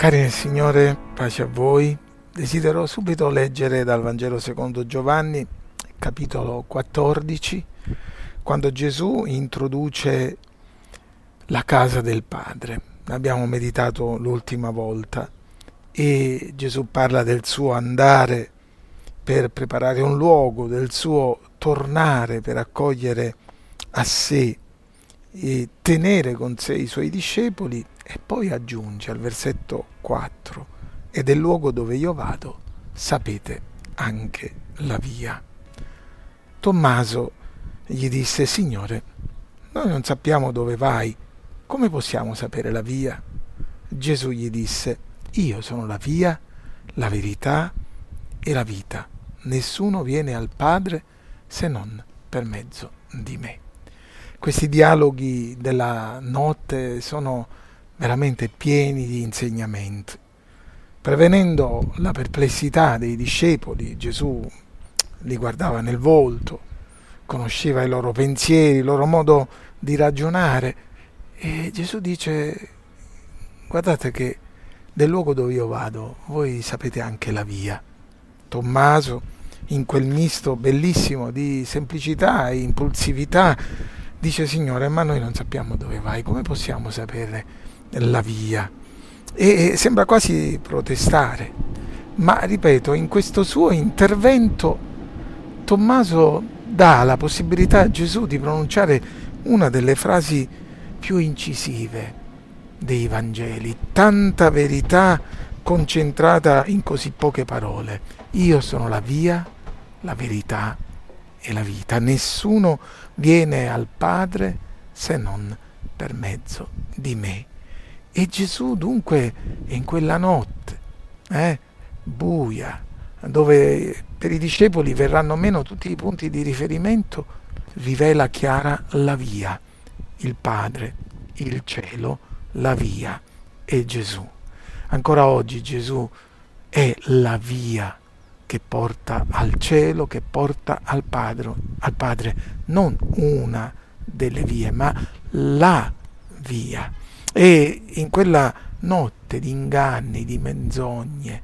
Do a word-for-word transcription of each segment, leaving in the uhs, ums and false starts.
Cari nel Signore, pace a voi. Desidero subito leggere dal Vangelo secondo Giovanni, capitolo quattordici, quando Gesù introduce la casa del Padre. Abbiamo meditato l'ultima volta e Gesù parla del suo andare per preparare un luogo, del suo tornare per accogliere a sé e tenere con sé i suoi discepoli, e poi aggiunge al versetto quattro: e del luogo dove io vado sapete anche la via. Tommaso gli disse: Signore, noi non sappiamo dove vai, come possiamo sapere la via? Gesù gli disse: io sono la via, la verità e la vita. Nessuno viene al Padre se non per mezzo di me. Questi dialoghi della notte sono veramente pieni di insegnamenti. Prevenendo la perplessità dei discepoli, Gesù li guardava nel volto, conosceva i loro pensieri, il loro modo di ragionare, e Gesù dice: guardate che del luogo dove io vado voi sapete anche la via. Tommaso, in quel misto bellissimo di semplicità e impulsività, dice: Signore, ma noi non sappiamo dove vai, come possiamo sapere la via? E sembra quasi protestare, ma ripeto, in questo suo intervento Tommaso dà la possibilità a Gesù di pronunciare una delle frasi più incisive dei Vangeli, tanta verità concentrata in così poche parole. Io sono la via, la verità e la vita. Nessuno viene al Padre se non per mezzo di me. E Gesù dunque in quella notte eh, buia, dove per i discepoli verranno meno tutti i punti di riferimento, rivela chiara la via, il Padre, il cielo, la via e Gesù. Ancora oggi Gesù è la via che porta al cielo, che porta al Padre, al Padre, non una delle vie, ma la via. E in quella notte di inganni, di menzogne,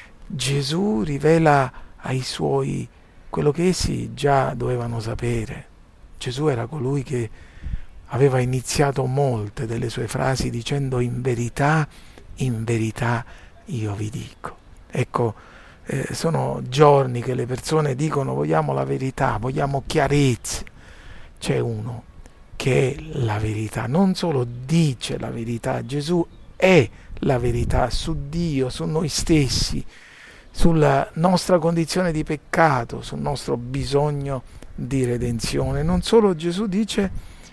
Gesù rivela ai suoi quello che essi già dovevano sapere. Gesù era colui che aveva iniziato molte delle sue frasi dicendo: in verità, in verità io vi dico. Ecco, eh, sono giorni che le persone dicono: vogliamo la verità, vogliamo chiarezza. C'è uno che è la verità, non solo dice la verità, Gesù è la verità su Dio, su noi stessi, sulla nostra condizione di peccato, sul nostro bisogno di redenzione. Non solo, Gesù dice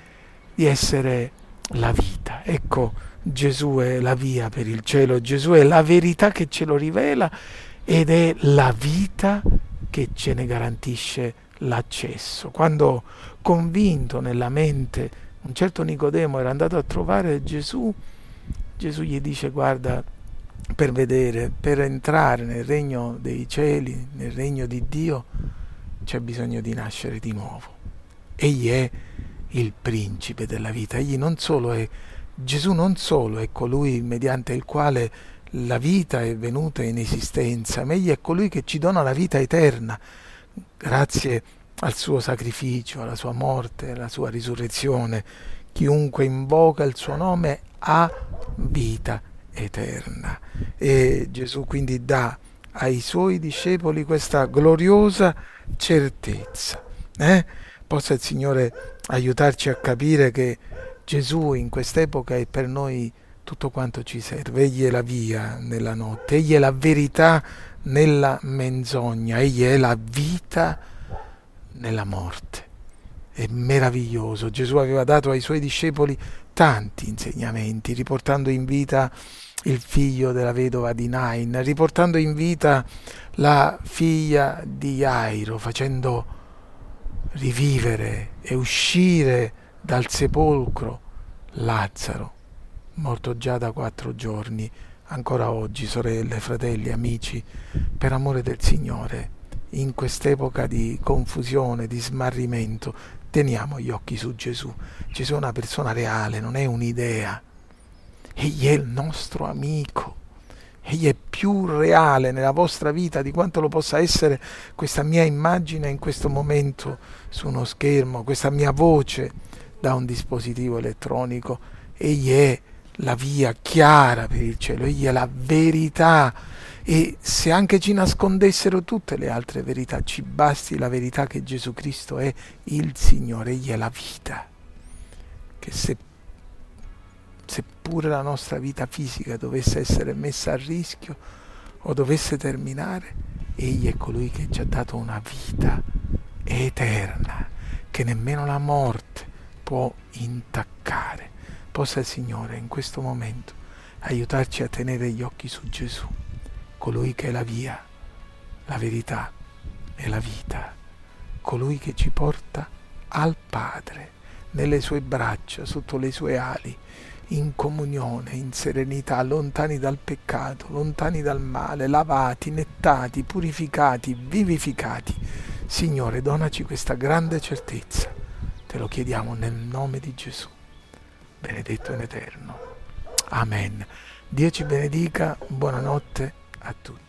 di essere la vita. Ecco, Gesù è la via per il cielo, Gesù è la verità che ce lo rivela ed è la vita che ce ne garantisce l'accesso. Quando, convinto nella mente, un certo Nicodemo era andato a trovare Gesù, Gesù gli dice: guarda, per vedere, per entrare nel regno dei cieli, nel regno di Dio, c'è bisogno di nascere di nuovo. Egli è il principe della vita. Egli non solo è Gesù, non solo è colui mediante il quale la vita è venuta in esistenza, ma egli è colui che ci dona la vita eterna grazie al suo sacrificio, alla sua morte, alla sua risurrezione. Chiunque invoca il suo nome ha vita eterna. E Gesù quindi dà ai suoi discepoli questa gloriosa certezza. Eh? Possa il Signore aiutarci a capire che Gesù in quest'epoca è per noi tutto quanto ci serve. Egli è la via nella notte, egli è la verità nella menzogna, egli è la vita nella morte. È meraviglioso. Gesù aveva dato ai suoi discepoli tanti insegnamenti, riportando in vita il figlio della vedova di Nain, riportando in vita la figlia di Jairo, facendo rivivere e uscire dal sepolcro Lazzaro, morto già da quattro giorni. Ancora oggi, sorelle, fratelli, amici, per amore del Signore, in quest'epoca di confusione, di smarrimento, teniamo gli occhi su Gesù. Gesù è una persona reale, non è un'idea. Egli è il nostro amico. Egli è più reale nella vostra vita di quanto lo possa essere questa mia immagine in questo momento su uno schermo, questa mia voce da un dispositivo elettronico. Egli è la via chiara per il cielo, egli è la verità, e se anche ci nascondessero tutte le altre verità, ci basti la verità che Gesù Cristo è il Signore, egli è la vita, che se seppure la nostra vita fisica dovesse essere messa a rischio o dovesse terminare, egli è colui che ci ha dato una vita eterna che nemmeno la morte può intaccare. Possa il Signore in questo momento aiutarci a tenere gli occhi su Gesù, colui che è la via, la verità e la vita, colui che ci porta al Padre, nelle sue braccia, sotto le sue ali, in comunione, in serenità, lontani dal peccato, lontani dal male, lavati, nettati, purificati, vivificati. Signore, donaci questa grande certezza. Te lo chiediamo nel nome di Gesù, benedetto in eterno. Amen. Dio ci benedica, buonanotte a tutti.